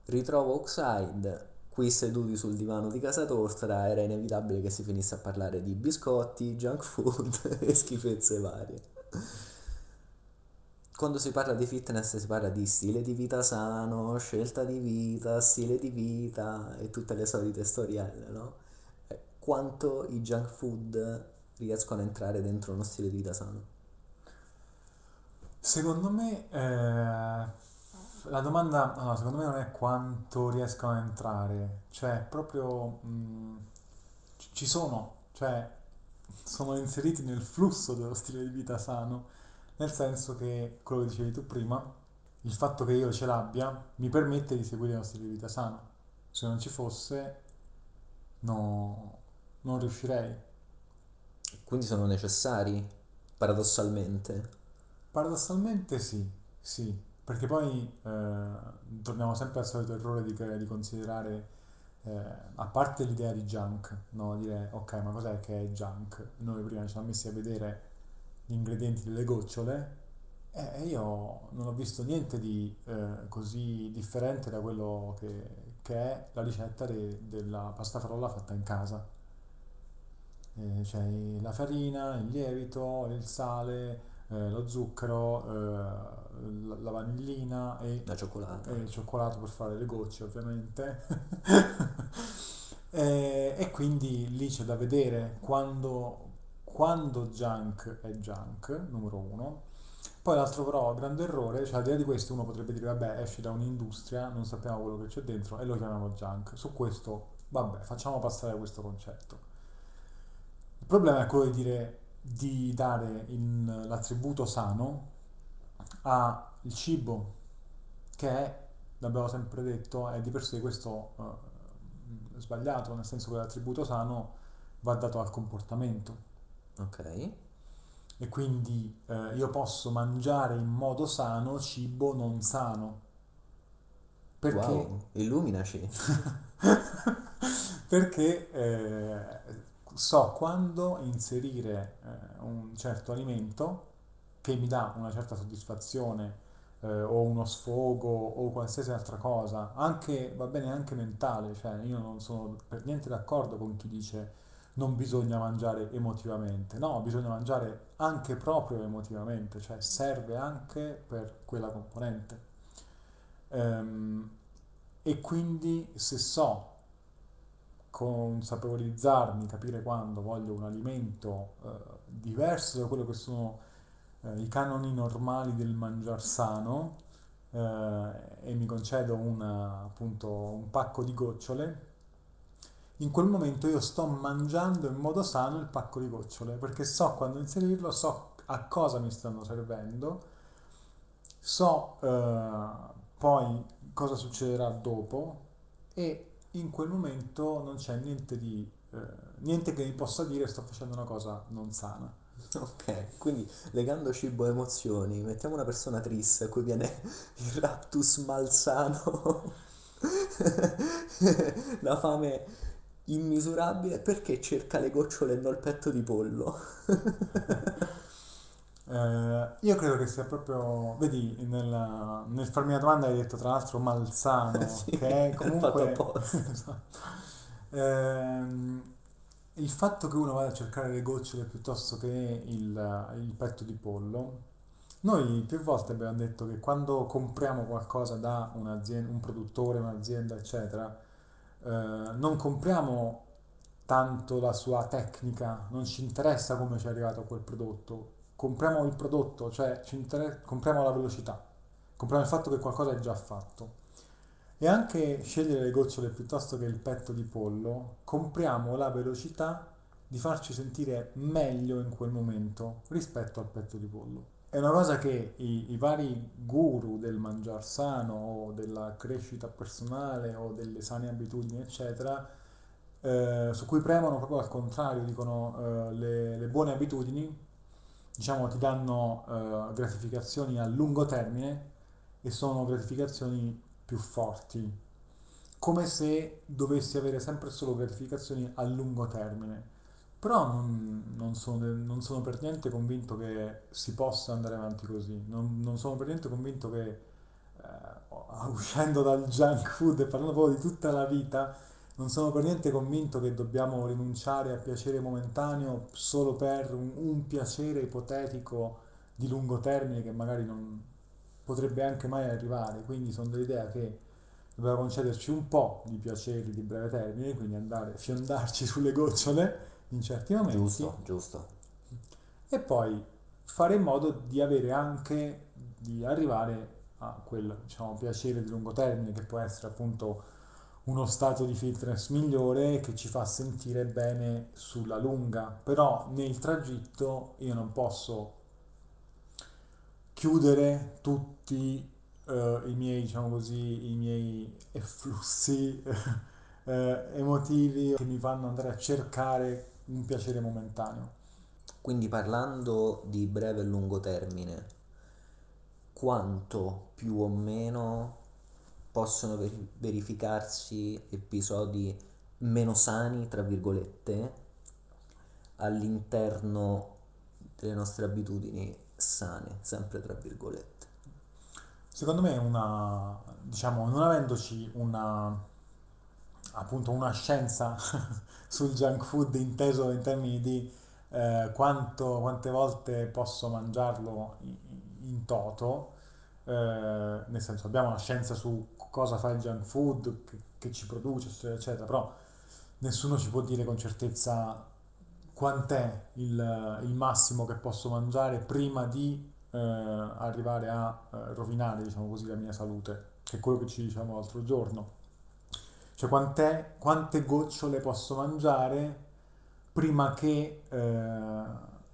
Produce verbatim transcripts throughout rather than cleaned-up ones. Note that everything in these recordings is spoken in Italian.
Ritrovo Oxide qui seduti sul divano di casa Tortora, era inevitabile che si finisse a parlare di biscotti, junk food e schifezze varie. Quando si parla di fitness si parla di stile di vita sano, scelta di vita, stile di vita e tutte le solite storielle, no? Eh, Quanto i junk food riescono a entrare dentro uno stile di vita sano? Secondo me, eh, la domanda, no, secondo me non è quanto riescono a entrare, cioè proprio mh, ci ci sono, cioè sono inseriti nel flusso dello stile di vita sano, nel senso che, quello che dicevi tu prima, il fatto che io ce l'abbia mi permette di seguire uno stile di vita sano. Se non ci fosse, no, non riuscirei. Quindi sono necessari, paradossalmente. Paradossalmente sì, sì, perché poi eh, torniamo sempre al solito errore di, di considerare, eh, a parte l'idea di junk, no? Dire ok, ma cos'è che è junk? Noi prima ci siamo messi a vedere gli ingredienti delle gocciole e io non ho visto niente di eh, così differente da quello che, che è la ricetta de- della pasta frolla fatta in casa. Eh, c'è la farina, il lievito, il sale, eh, lo zucchero, eh, la, la vanillina e, La e cioccolata. il cioccolato per fare le gocce, ovviamente. E, e quindi lì c'è da vedere quando, quando junk è junk, numero uno. Poi l'altro però grande errore, cioè al di là di questo uno potrebbe dire vabbè esce da un'industria, non sappiamo quello che c'è dentro e lo chiamiamo junk. Su questo vabbè facciamo passare questo concetto. Il problema è quello di dire di dare il- l'attributo sano al cibo, che è, l'abbiamo sempre detto, è di per sé questo eh, sbagliato, nel senso che l'attributo sano va dato al comportamento. Ok. E quindi eh, io posso mangiare in modo sano cibo non sano. Perché? Wow, illuminaci. Perché eh, so quando inserire eh, un certo alimento che mi dà una certa soddisfazione eh, o uno sfogo o qualsiasi altra cosa, anche, va bene anche mentale, cioè io non sono per niente d'accordo con chi dice non bisogna mangiare emotivamente, no, bisogna mangiare anche proprio emotivamente, cioè serve anche per quella componente. Ehm, e quindi se so consapevolizzarmi, capire quando voglio un alimento eh, diverso da quello che sono eh, i canoni normali del mangiar sano eh, e mi concedo una, appunto, un pacco di gocciole, in quel momento io sto mangiando in modo sano il pacco di gocciole perché so quando inserirlo, so a cosa mi stanno servendo, so eh, poi cosa succederà dopo e in quel momento non c'è niente di eh, niente che mi possa dire sto facendo una cosa non sana. Ok, quindi legando cibo a emozioni, mettiamo una persona triste a cui viene il raptus malsano, la fame immisurabile, perché cerca le gocciole e non il petto di pollo? Eh, io credo che sia proprio, vedi, nel, nel farmi la domanda hai detto tra l'altro malsano, Sì, che è è fatto comunque apposta. esatto. Ehm, il fatto che uno vada a cercare le gocciole piuttosto che il, il petto di pollo. Noi più volte abbiamo detto che quando compriamo qualcosa da un'azienda, un produttore, un'azienda, eccetera, eh, non compriamo tanto la sua tecnica, non ci interessa come ci è arrivato quel prodotto, compriamo il prodotto, cioè ci inter- compriamo la velocità, compriamo il fatto che qualcosa è già fatto. E anche scegliere le gocciole piuttosto che il petto di pollo, compriamo la velocità di farci sentire meglio in quel momento rispetto al petto di pollo. È una cosa che i, i vari guru del mangiar sano o della crescita personale o delle sane abitudini, eccetera, eh, su cui premono proprio al contrario, dicono eh, le, le buone abitudini, diciamo, ti danno eh, gratificazioni a lungo termine e sono gratificazioni più forti, come se dovessi avere sempre solo gratificazioni a lungo termine. Però non, non sono, non sono per niente convinto che si possa andare avanti così, non, non sono per niente convinto che eh, uscendo dal junk food e parlando proprio di tutta la vita, non sono per niente convinto che dobbiamo rinunciare a piacere momentaneo solo per un, un piacere ipotetico di lungo termine che magari non potrebbe anche mai arrivare. Quindi sono dell'idea che dobbiamo concederci un po' di piaceri di breve termine, quindi andare a fiondarci sulle gocciole in certi momenti Giusto, giusto. e poi fare in modo di avere anche, di arrivare a quel, diciamo, piacere di lungo termine che può essere appunto uno stato di fitness migliore che ci fa sentire bene sulla lunga, però nel tragitto io non posso chiudere tutti eh, i miei, diciamo così, i miei efflussi eh, emotivi che mi fanno andare a cercare un piacere momentaneo. Quindi parlando di breve e lungo termine, quanto più o meno possono veri- verificarsi episodi meno sani, tra virgolette, all'interno delle nostre abitudini sane, sempre tra virgolette. Secondo me una, diciamo, non avendoci una, appunto una scienza sul junk food inteso in termini di eh, quanto, quante volte posso mangiarlo in, in toto, eh, nel senso abbiamo una scienza su cosa fa il junk food, che, che ci produce, eccetera, eccetera, però nessuno ci può dire con certezza quant'è il, il massimo che posso mangiare prima di eh, arrivare a eh, rovinare, diciamo così, la mia salute, che è quello che ci diciamo l'altro giorno. Cioè quant'è, quante gocciole posso mangiare prima che eh,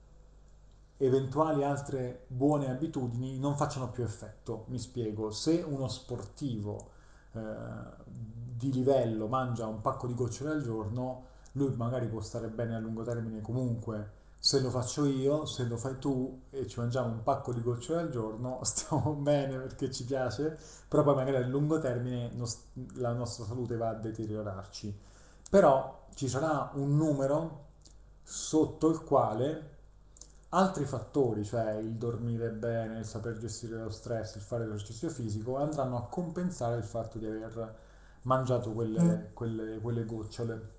eventuali altre buone abitudini non facciano più effetto. Mi spiego, se uno sportivo eh, di livello mangia un pacco di gocciole al giorno, lui magari può stare bene a lungo termine comunque. Se lo faccio io, se lo fai tu e ci mangiamo un pacco di gocciole al giorno, stiamo bene perché ci piace, però poi magari a lungo termine nos- la nostra salute va a deteriorarci. Però ci sarà un numero sotto il quale altri fattori, cioè il dormire bene, il saper gestire lo stress, il fare esercizio fisico, andranno a compensare il fatto di aver mangiato quelle, quelle- quelle gocciole.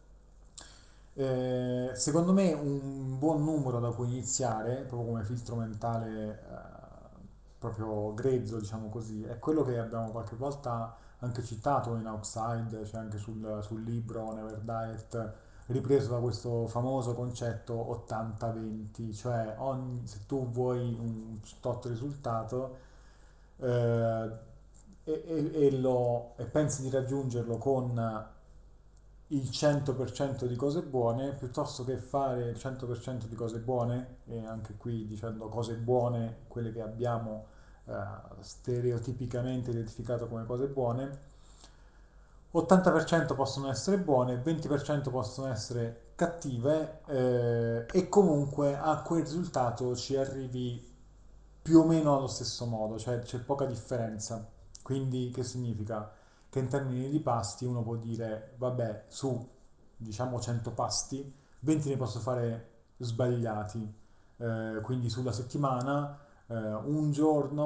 Eh, secondo me un buon numero da cui iniziare, proprio come filtro mentale, eh, proprio grezzo, diciamo così, è quello che abbiamo qualche volta anche citato in Outside, cioè anche sul, sul libro Never Diet, ripreso da questo famoso concetto ottanta venti, cioè ogni- se tu vuoi un tot risultato eh, e, e- e lo- e pensi di raggiungerlo con il cento per cento di cose buone, piuttosto che fare il cento per cento di cose buone, e anche qui dicendo cose buone, quelle che abbiamo eh, stereotipicamente identificato come cose buone, ottanta per cento possono essere buone, venti per cento possono essere cattive eh, e comunque a quel risultato ci arrivi più o meno allo stesso modo, cioè c'è poca differenza. Quindi che significa? Che in termini di pasti uno può dire, vabbè, su diciamo cento pasti, venti ne posso fare sbagliati. Eh, quindi sulla settimana eh, un giorno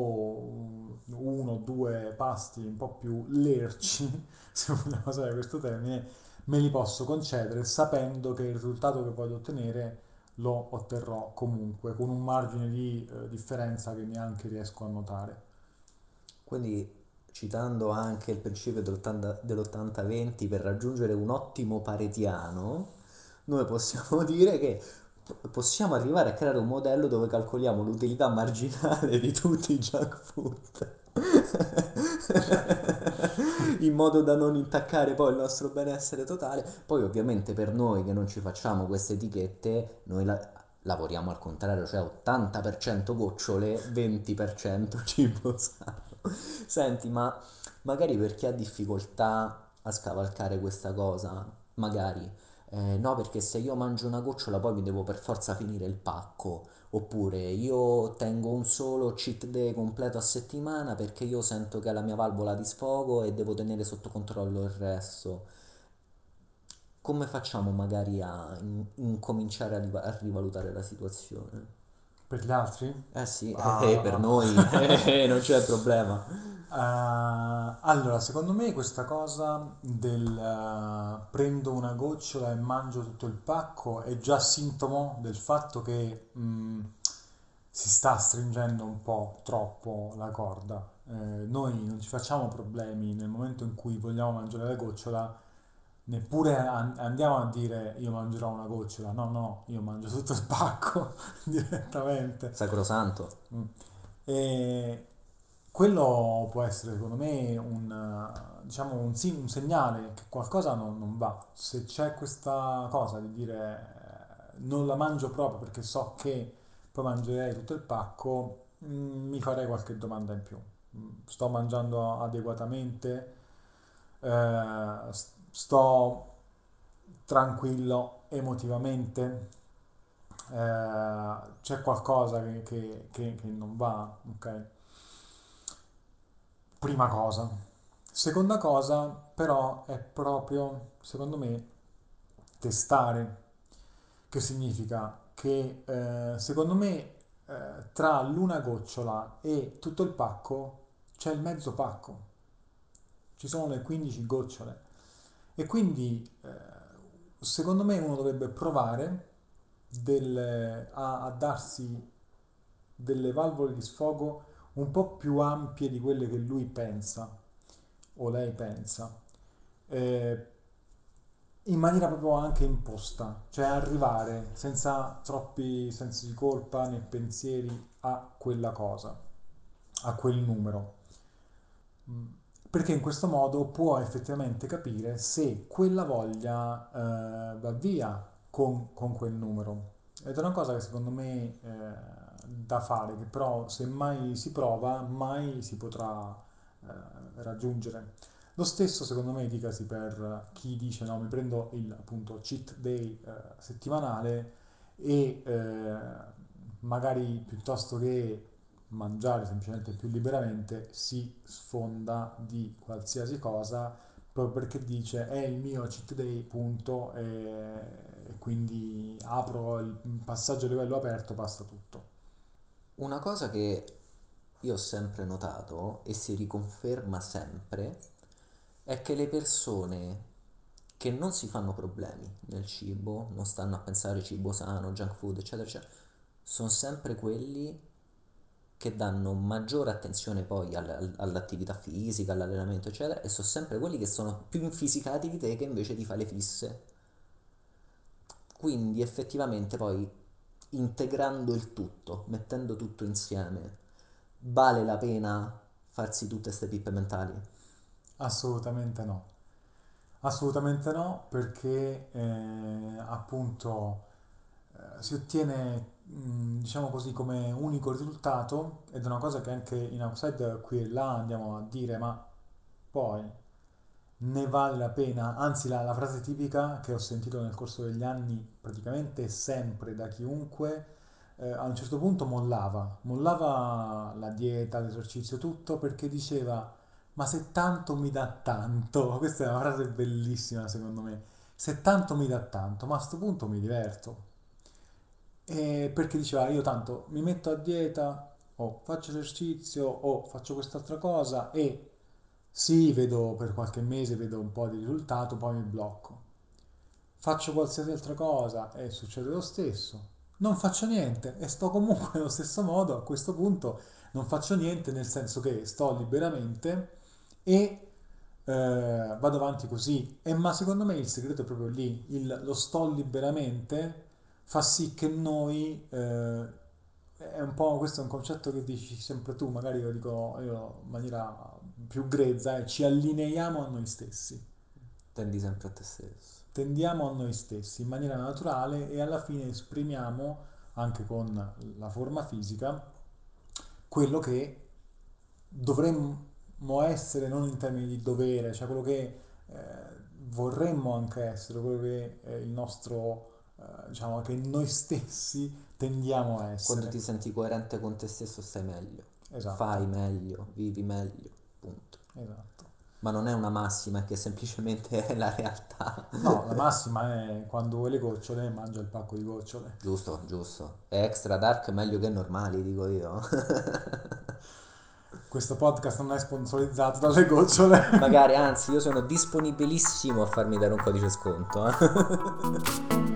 o uno o due pasti un po' più lerci, se vogliamo usare questo termine, me li posso concedere sapendo che il risultato che voglio ottenere lo otterrò comunque, con un margine di eh, differenza che neanche riesco a notare. Quindi, citando anche il principio dell'ottanta dell'ottanta venti, per raggiungere un ottimo paretiano, noi possiamo dire che p- possiamo arrivare a creare un modello dove calcoliamo l'utilità marginale di tutti i junk food. Certo. In modo da non intaccare poi il nostro benessere totale. Poi ovviamente per noi che non ci facciamo queste etichette, noi la- lavoriamo al contrario, cioè ottanta per cento gocciole, venti per cento cibo sano. Senti, ma magari per chi ha difficoltà a scavalcare questa cosa, magari, eh, no, perché se io mangio una gocciola poi mi devo per forza finire il pacco, oppure io tengo un solo cheat day completo a settimana perché io sento che è la mia valvola di sfogo e devo tenere sotto controllo il resto. Come facciamo magari a in- incominciare a, riva- a rivalutare la situazione? Per gli altri? Eh sì, eh, per Ah, noi eh, non c'è problema. ah. Eh, allora, secondo me questa cosa del eh, prendo una gocciola e mangio tutto il pacco è già sintomo del fatto che mh, si sta stringendo un po' troppo la corda. Eh, noi non ci facciamo problemi nel momento in cui vogliamo mangiare la gocciola, neppure an- andiamo a dire io mangerò una gocciola, no, no, io mangio tutto il pacco direttamente. Sacrosanto. Mm. E quello può essere, secondo me, un, eh, diciamo, un, sì- un segnale che qualcosa non, non va. Se c'è questa cosa di dire eh, non la mangio proprio perché so che poi mangerei tutto il pacco, mm, mi farei qualche domanda in più. Mm, Sto mangiando adeguatamente? Eh, s- sto tranquillo emotivamente? Eh, c'è qualcosa che, che- che- che non va, ok? Prima cosa. Seconda cosa, però, è proprio, secondo me, testare. Che significa che, eh, secondo me, eh, tra l'una gocciola e tutto il pacco c'è il mezzo pacco. Ci sono le quindici gocciole. E quindi, eh, secondo me, uno dovrebbe provare delle- a, a darsi delle valvole di sfogo un po' più ampie di quelle che lui pensa o lei pensa, eh, in maniera proprio anche imposta, cioè arrivare senza troppi sensi di colpa né pensieri a quella cosa, a quel numero. Mm. Perché in questo modo può effettivamente capire se quella voglia eh, va via con, con quel numero. Ed è una cosa che secondo me eh, da fare, che però se mai si prova, mai si potrà eh, raggiungere. Lo stesso secondo me dicasi per chi dice no, mi prendo il appunto cheat day eh, settimanale e eh, magari piuttosto che mangiare semplicemente più liberamente si sfonda di qualsiasi cosa proprio perché dice è il mio cheat day punto e e quindi apro il passaggio a livello aperto, passa tutto. Una cosa che io ho sempre notato e si riconferma sempre è che le persone che non si fanno problemi nel cibo, non stanno a pensare cibo sano, junk food, eccetera, eccetera, sono sempre quelli che danno maggiore attenzione poi al- al- all'attività fisica, all'allenamento, eccetera, e sono sempre quelli che sono più infisicati di te che invece ti fai le fisse. Quindi effettivamente poi integrando il tutto, mettendo tutto insieme, vale la pena farsi tutte queste pippe mentali? Assolutamente no. Assolutamente no, perché eh, appunto eh, si ottiene, mh, diciamo così, come unico risultato, ed è una cosa che anche in Outside qui e là andiamo a dire, ma poi ne vale la pena, anzi la, la frase tipica che ho sentito nel corso degli anni praticamente sempre da chiunque, eh, a un certo punto mollava, mollava la dieta, l'esercizio, tutto perché diceva ma se tanto mi dà tanto, questa è una frase bellissima secondo me, se tanto mi dà tanto, ma a sto punto mi diverto. E perché diceva io tanto mi metto a dieta o faccio esercizio o faccio quest'altra cosa e sì, vedo per qualche mese, vedo un po' di risultato, poi mi blocco. Faccio qualsiasi altra cosa e succede lo stesso. Non faccio niente e sto comunque allo stesso modo. A questo punto non faccio niente nel senso che sto liberamente e eh, vado avanti così. E, ma secondo me il segreto è proprio lì. Il- lo sto liberamente fa sì che noi... eh, è un po', questo è un concetto che dici sempre tu, magari lo dico io in maniera più grezza, e ci allineiamo a noi stessi, Tendi sempre a te stesso. tendiamo a noi stessi in maniera naturale e alla fine esprimiamo anche con la forma fisica quello che dovremmo essere, non in termini di dovere, cioè quello che eh, vorremmo anche essere, quello che è il nostro, eh, diciamo, che noi stessi tendiamo a Quando ti essere. senti coerente con te stesso stai meglio, Esatto, fai meglio, vivi meglio, punto. esatto. Ma non è una massima, è che semplicemente è la realtà. No, la massima è quando vuoi le gocciole, mangia il pacco di gocciole. Giusto, giusto. È extra dark meglio che normali, dico io. Questo podcast non è sponsorizzato dalle gocciole. Magari, anzi, io sono disponibilissimo a farmi dare un codice sconto. Eh.